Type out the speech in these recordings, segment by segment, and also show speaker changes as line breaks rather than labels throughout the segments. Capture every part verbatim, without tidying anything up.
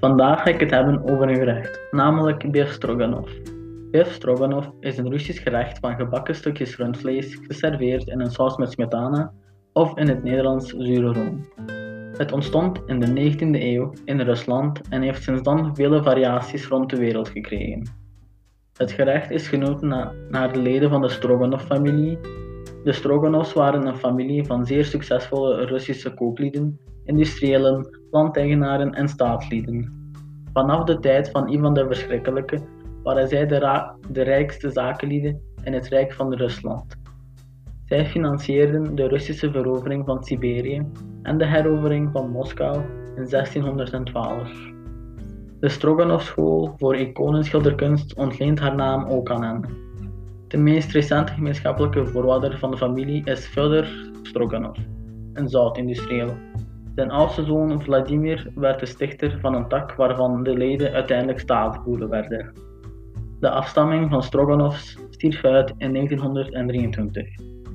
Vandaag ga ik het hebben over een gerecht, namelijk beef stroganov. Beef stroganov is een Russisch gerecht van gebakken stukjes rundvlees geserveerd in een saus met smetana of in het Nederlands zure room. Het ontstond in de negentiende eeuw in Rusland en heeft sinds dan vele variaties rond de wereld gekregen. Het gerecht is genoemd na, naar de leden van de Stroganov-familie. De Stroganovs waren een familie van zeer succesvolle Russische kooplieden, industriëlen, landeigenaren en staatslieden. Vanaf de tijd van Ivan de Verschrikkelijke waren zij de, ra- de rijkste zakenlieden in het Rijk van Rusland. Zij financieerden de Russische verovering van Siberië en de herovering van Moskou in zestienhonderdtwaalf. De Stroganov-school voor iconenschilderkunst ontleent haar naam ook aan hen. De meest recente gemeenschappelijke voorouder van de familie is Fyodor Stroganov, een zoutindustrieel. Zijn oudste zoon Vladimir werd de stichter van een tak waarvan de leden uiteindelijk staatsboeren werden. De afstamming van Stroganovs stierf uit in negentienhonderddrieëntwintig.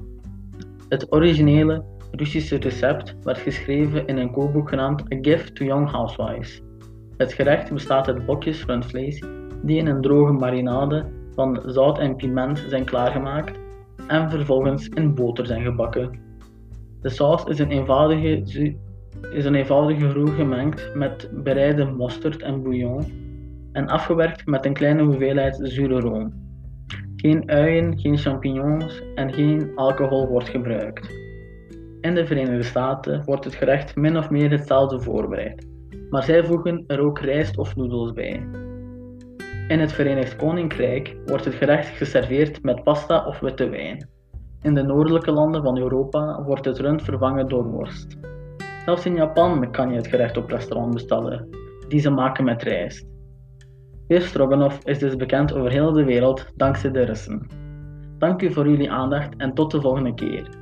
Het originele Russische recept werd geschreven in een kookboek genaamd A Gift to Young Housewives. Het gerecht bestaat uit blokjes rundvlees die in een droge marinade van zout en piment zijn klaargemaakt en vervolgens in boter zijn gebakken. De saus is een eenvoudige, is een eenvoudige roux gemengd met bereide mosterd en bouillon en afgewerkt met een kleine hoeveelheid zure room. Geen uien, geen champignons en geen alcohol wordt gebruikt. In de Verenigde Staten wordt het gerecht min of meer hetzelfde voorbereid, maar zij voegen er ook rijst of noedels bij. In het Verenigd Koninkrijk wordt het gerecht geserveerd met pasta of witte wijn. In de noordelijke landen van Europa wordt het rund vervangen door worst. Zelfs in Japan kan je het gerecht op restaurant bestellen, die ze maken met rijst. Beef stroganov is dus bekend over heel de wereld dankzij de Russen. Dank u voor jullie aandacht en tot de volgende keer.